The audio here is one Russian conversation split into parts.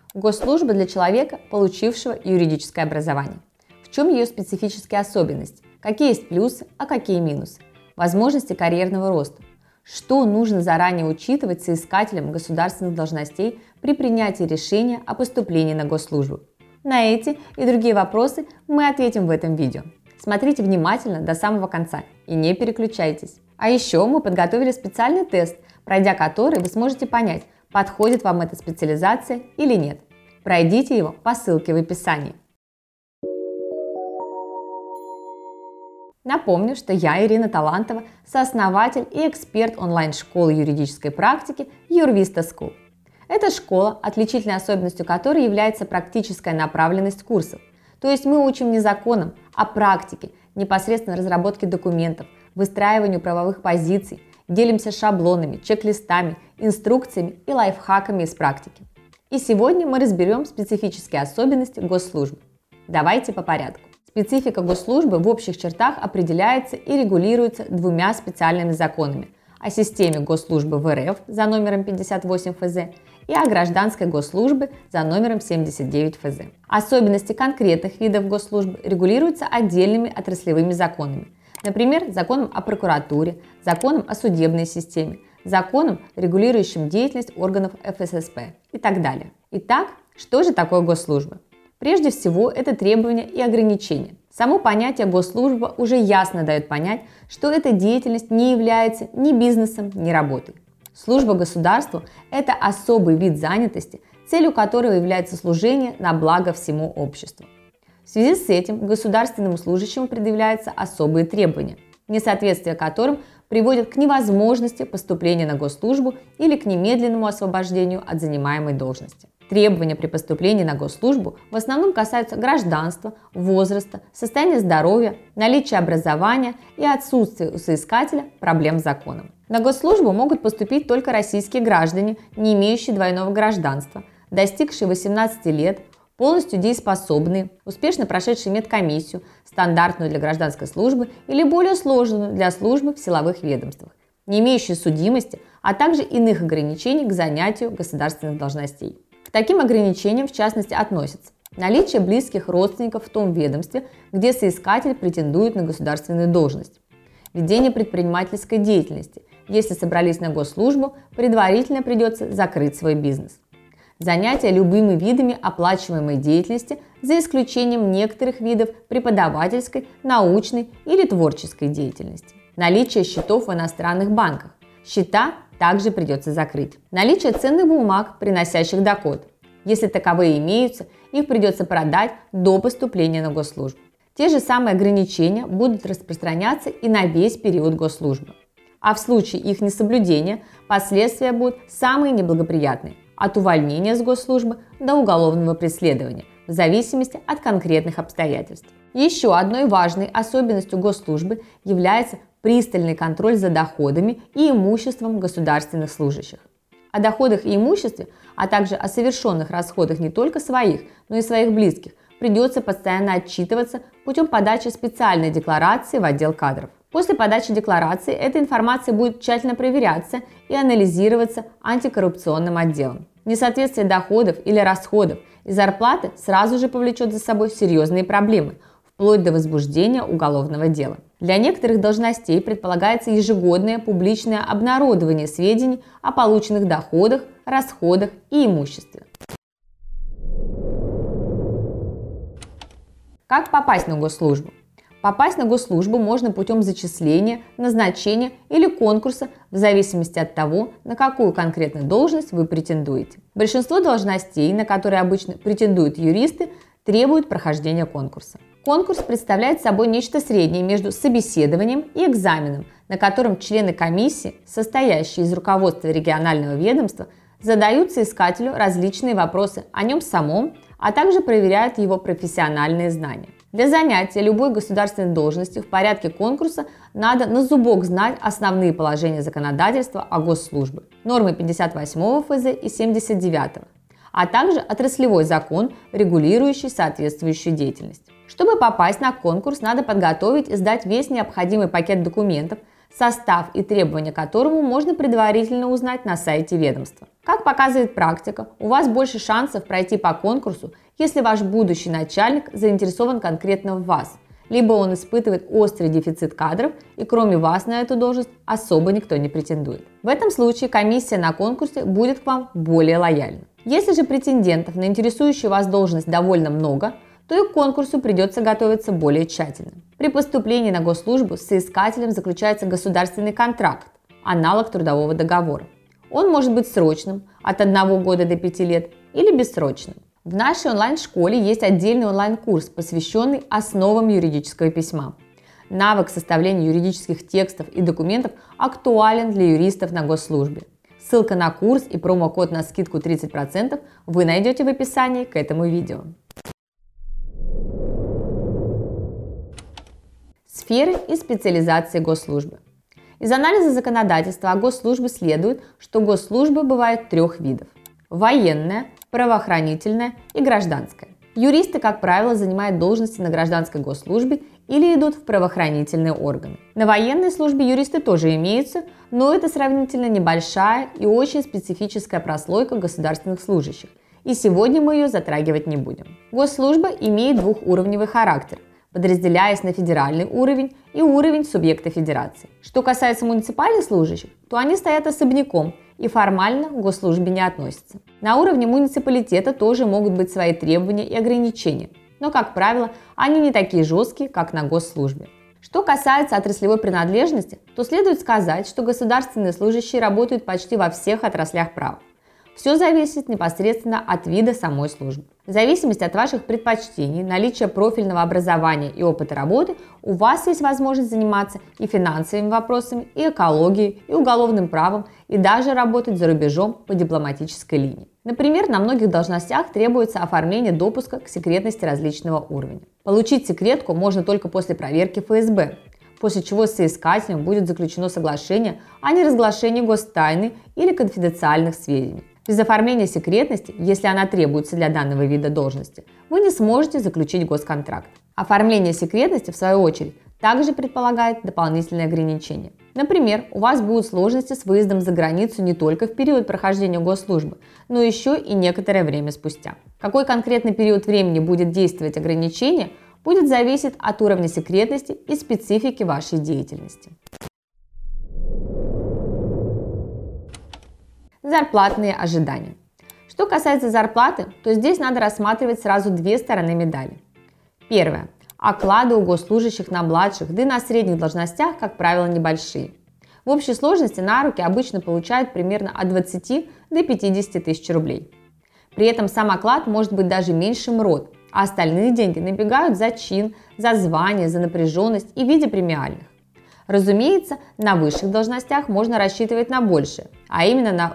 Госслужба для человека, получившего юридическое образование. В чем ее специфические особенности? Какие есть плюсы, а какие минусы? Возможности карьерного роста. Что нужно заранее учитывать соискателям государственных должностей при принятии решения о поступлении на госслужбу? На эти и другие вопросы мы ответим в этом видео. Смотрите внимательно до самого конца и не переключайтесь. А еще мы подготовили специальный тест, пройдя который вы сможете понять, подходит вам эта специализация или нет. Пройдите его по ссылке в описании. Напомню, что я, Ирина Талантова, сооснователь и эксперт онлайн-школы юридической практики Юрвиста School. Эта школа, отличительной особенностью которой является практическая направленность курсов. То есть мы учим не законам, а практике, непосредственно разработке документов, выстраиванию правовых позиций, делимся шаблонами, чек-листами, инструкциями и лайфхаками из практики. И сегодня мы разберем специфические особенности госслужбы. Давайте по порядку. Специфика госслужбы в общих чертах определяется и регулируется двумя специальными законами: о системе госслужбы в РФ за номером 58 ФЗ и о гражданской госслужбе за номером 79 ФЗ. Особенности конкретных видов госслужбы регулируются отдельными отраслевыми законами. Например, законом о прокуратуре, законом о судебной системе, законом, регулирующим деятельность органов ФССП и так далее. Итак, что же такое госслужба? Прежде всего, это требования и ограничения. Само понятие госслужба уже ясно дает понять, что эта деятельность не является ни бизнесом, ни работой. Служба государству – это особый вид занятости, целью которого является служение на благо всему обществу. В связи с этим государственному служащему предъявляются особые требования, несоответствие которым приводит к невозможности поступления на госслужбу или к немедленному освобождению от занимаемой должности. Требования при поступлении на госслужбу в основном касаются гражданства, возраста, состояния здоровья, наличия образования и отсутствия у соискателя проблем с законом. На госслужбу могут поступить только российские граждане, не имеющие двойного гражданства, достигшие 18 лет, полностью дееспособные, успешно прошедшие медкомиссию, стандартную для гражданской службы или более сложную для службы в силовых ведомствах, не имеющие судимости, а также иных ограничений к занятию государственных должностей. К таким ограничениям в частности относятся наличие близких родственников в том ведомстве, где соискатель претендует на государственную должность, ведение предпринимательской деятельности, если собрались на госслужбу, предварительно придется закрыть свой бизнес, занятие любыми видами оплачиваемой деятельности за исключением некоторых видов преподавательской, научной или творческой деятельности, наличие счетов в иностранных банках, счета также придется закрыть. Наличие ценных бумаг, приносящих доход. Если таковые имеются, их придется продать до поступления на госслужбу. Те же самые ограничения будут распространяться и на весь период госслужбы. А в случае их несоблюдения последствия будут самые неблагоприятные – от увольнения с госслужбы до уголовного преследования, в зависимости от конкретных обстоятельств. Еще одной важной особенностью госслужбы является пристальный контроль за доходами и имуществом государственных служащих. О доходах и имуществе, а также о совершенных расходах не только своих, но и своих близких придется постоянно отчитываться путем подачи специальной декларации в отдел кадров. После подачи декларации эта информация будет тщательно проверяться и анализироваться антикоррупционным отделом. Несоответствие доходов или расходов и зарплаты сразу же повлечет за собой серьезные проблемы, вплоть до возбуждения уголовного дела. Для некоторых должностей предполагается ежегодное публичное обнародование сведений о полученных доходах, расходах и имуществе. Как попасть на госслужбу? Попасть на госслужбу можно путем зачисления, назначения или конкурса в зависимости от того, на какую конкретную должность вы претендуете. Большинство должностей, на которые обычно претендуют юристы, требуют прохождения конкурса. Конкурс представляет собой нечто среднее между собеседованием и экзаменом, на котором члены комиссии, состоящие из руководства регионального ведомства, задают соискателю различные вопросы о нем самом, а также проверяют его профессиональные знания. Для занятия любой государственной должности в порядке конкурса надо на зубок знать основные положения законодательства о госслужбе, нормы 58 ФЗ и 79, а также отраслевой закон, регулирующий соответствующую деятельность. Чтобы попасть на конкурс, надо подготовить и сдать весь необходимый пакет документов, состав и требования к которому можно предварительно узнать на сайте ведомства. Как показывает практика, у вас больше шансов пройти по конкурсу, если ваш будущий начальник заинтересован конкретно в вас, либо он испытывает острый дефицит кадров и кроме вас на эту должность особо никто не претендует. В этом случае комиссия на конкурсе будет к вам более лояльна. Если же претендентов на интересующую вас должность довольно много, то и к конкурсу придется готовиться более тщательно. При поступлении на госслужбу с соискателем заключается государственный контракт, аналог трудового договора. Он может быть срочным, от 1 года до 5 лет, или бессрочным. В нашей онлайн-школе есть отдельный онлайн-курс, посвященный основам юридического письма. Навык составления юридических текстов и документов актуален для юристов на госслужбе. Ссылка на курс и промокод на скидку 30% вы найдете в описании к этому видео. Сферы и специализации госслужбы. Из анализа законодательства о госслужбе следует, что госслужба бывает 3 видов – военная, правоохранительная и гражданская. Юристы, как правило, занимают должности на гражданской госслужбе или идут в правоохранительные органы. На военной службе юристы тоже имеются, но это сравнительно небольшая и очень специфическая прослойка государственных служащих, и сегодня мы ее затрагивать не будем. Госслужба имеет двухуровневый характер, подразделяясь на федеральный уровень и уровень субъекта федерации. Что касается муниципальных служащих, то они стоят особняком и формально к госслужбе не относятся. На уровне муниципалитета тоже могут быть свои требования и ограничения, но, как правило, они не такие жесткие, как на госслужбе. Что касается отраслевой принадлежности, то следует сказать, что государственные служащие работают почти во всех отраслях права. Все зависит непосредственно от вида самой службы. В зависимости от ваших предпочтений, наличия профильного образования и опыта работы, у вас есть возможность заниматься и финансовыми вопросами, и экологией, и уголовным правом, и даже работать за рубежом по дипломатической линии. Например, на многих должностях требуется оформление допуска к секретности различного уровня. Получить секретку можно только после проверки ФСБ, после чего с соискателем будет заключено соглашение о неразглашении гостайны или конфиденциальных сведений. Без оформления секретности, если она требуется для данного вида должности, вы не сможете заключить госконтракт. Оформление секретности, в свою очередь, также предполагает дополнительные ограничения. Например, у вас будут сложности с выездом за границу не только в период прохождения госслужбы, но еще и некоторое время спустя. Какой конкретный период времени будет действовать ограничение, будет зависеть от уровня секретности и специфики вашей деятельности. Зарплатные ожидания. Что касается зарплаты, то здесь надо рассматривать сразу 2 стороны медали. Первое. Оклады у госслужащих на младших, да и на средних должностях, как правило, небольшие. В общей сложности на руки обычно получают примерно от 20 до 50 тысяч рублей. При этом сам оклад может быть даже меньшим род, а остальные деньги набегают за чин, за звание, за напряженность и в виде премиальных. Разумеется, на высших должностях можно рассчитывать на большее, а именно на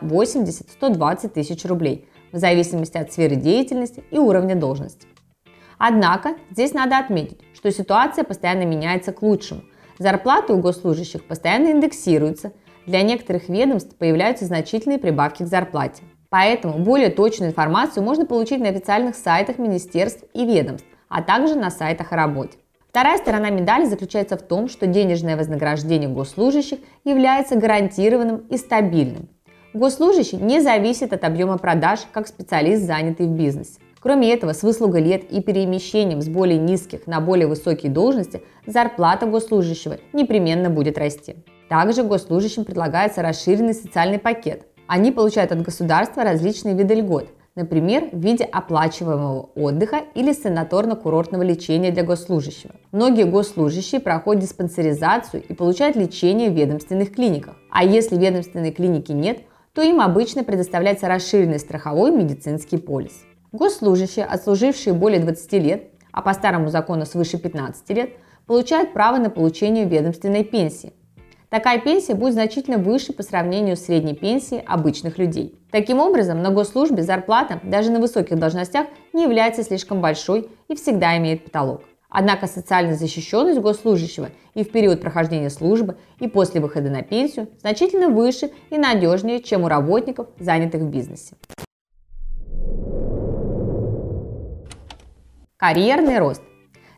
80-120 тысяч рублей, в зависимости от сферы деятельности и уровня должности. Однако, здесь надо отметить, что ситуация постоянно меняется к лучшему. Зарплаты у госслужащих постоянно индексируются, для некоторых ведомств появляются значительные прибавки к зарплате. Поэтому более точную информацию можно получить на официальных сайтах министерств и ведомств, а также на сайтах о работе. Вторая сторона медали заключается в том, что денежное вознаграждение госслужащих является гарантированным и стабильным. Госслужащий не зависит от объема продаж, как специалист, занятый в бизнесе. Кроме этого, с выслугой лет и перемещением с более низких на более высокие должности зарплата госслужащего непременно будет расти. Также госслужащим предлагается расширенный социальный пакет. Они получают от государства различные виды льгот, например, в виде оплачиваемого отдыха или санаторно-курортного лечения для госслужащего. Многие госслужащие проходят диспансеризацию и получают лечение в ведомственных клиниках. А если ведомственной клиники нет, то им обычно предоставляется расширенный страховой медицинский полис. Госслужащие, отслужившие более 20 лет, а по старому закону свыше 15 лет, получают право на получение ведомственной пенсии. Такая пенсия будет значительно выше по сравнению с средней пенсией обычных людей. Таким образом, на госслужбе зарплата даже на высоких должностях не является слишком большой и всегда имеет потолок. Однако социальная защищенность госслужащего и в период прохождения службы, и после выхода на пенсию значительно выше и надежнее, чем у работников, занятых в бизнесе. Карьерный рост.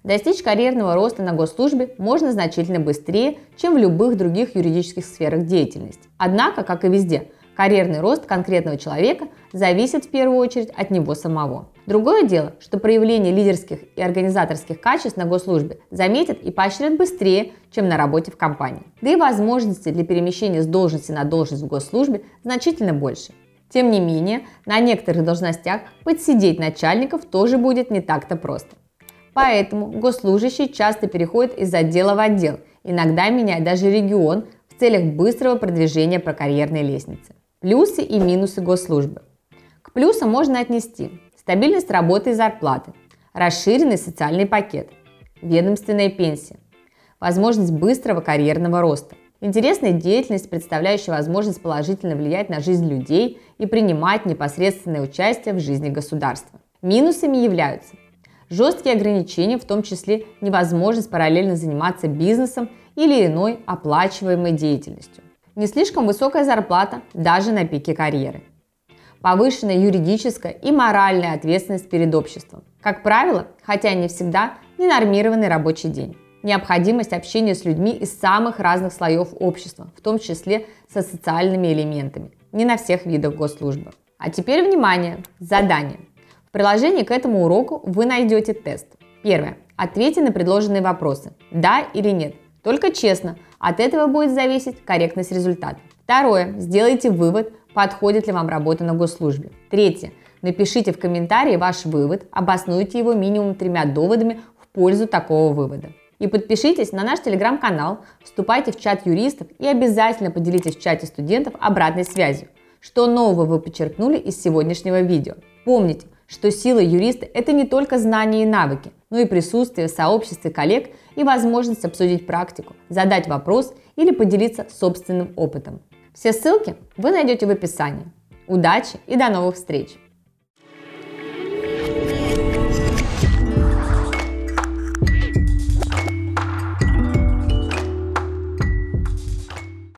Достичь карьерного роста на госслужбе можно значительно быстрее, чем в любых других юридических сферах деятельности. Однако, как и везде, карьерный рост конкретного человека зависит в первую очередь от него самого. Другое дело, что проявление лидерских и организаторских качеств на госслужбе заметят и поощрят быстрее, чем на работе в компании. Да и возможности для перемещения с должности на должность в госслужбе значительно больше. Тем не менее, на некоторых должностях подсидеть начальников тоже будет не так-то просто. Поэтому госслужащие часто переходят из отдела в отдел, иногда меняя даже регион в целях быстрого продвижения по карьерной лестнице. Плюсы и минусы госслужбы. К плюсам можно отнести стабильность работы и зарплаты, расширенный социальный пакет, ведомственная пенсия, возможность быстрого карьерного роста, интересная деятельность, представляющая возможность положительно влиять на жизнь людей и принимать непосредственное участие в жизни государства. Минусами являются жесткие ограничения, в том числе невозможность параллельно заниматься бизнесом или иной оплачиваемой деятельностью. Не слишком высокая зарплата даже на пике карьеры. Повышенная юридическая и моральная ответственность перед обществом. Как правило, хотя и не всегда, ненормированный рабочий день. Необходимость общения с людьми из самых разных слоев общества, в том числе со социальными элементами. Не на всех видах госслужбы. А теперь внимание! Задание. В приложении к этому уроку вы найдете тест. Первое. Ответьте на предложенные вопросы. Да или нет. Только честно. От этого будет зависеть корректность результата. Второе. Сделайте вывод, подходит ли вам работа на госслужбе. Третье. Напишите в комментарии ваш вывод, обоснуйте его минимум 3 доводами в пользу такого вывода. И подпишитесь на наш телеграм-канал, вступайте в чат юристов и обязательно поделитесь в чате студентов обратной связью. Что нового вы подчеркнули из сегодняшнего видео? Помните, что сила юриста – это не только знания и навыки, но и присутствие в сообществе коллег и возможность обсудить практику, задать вопрос или поделиться собственным опытом. Все ссылки вы найдете в описании. Удачи и до новых встреч!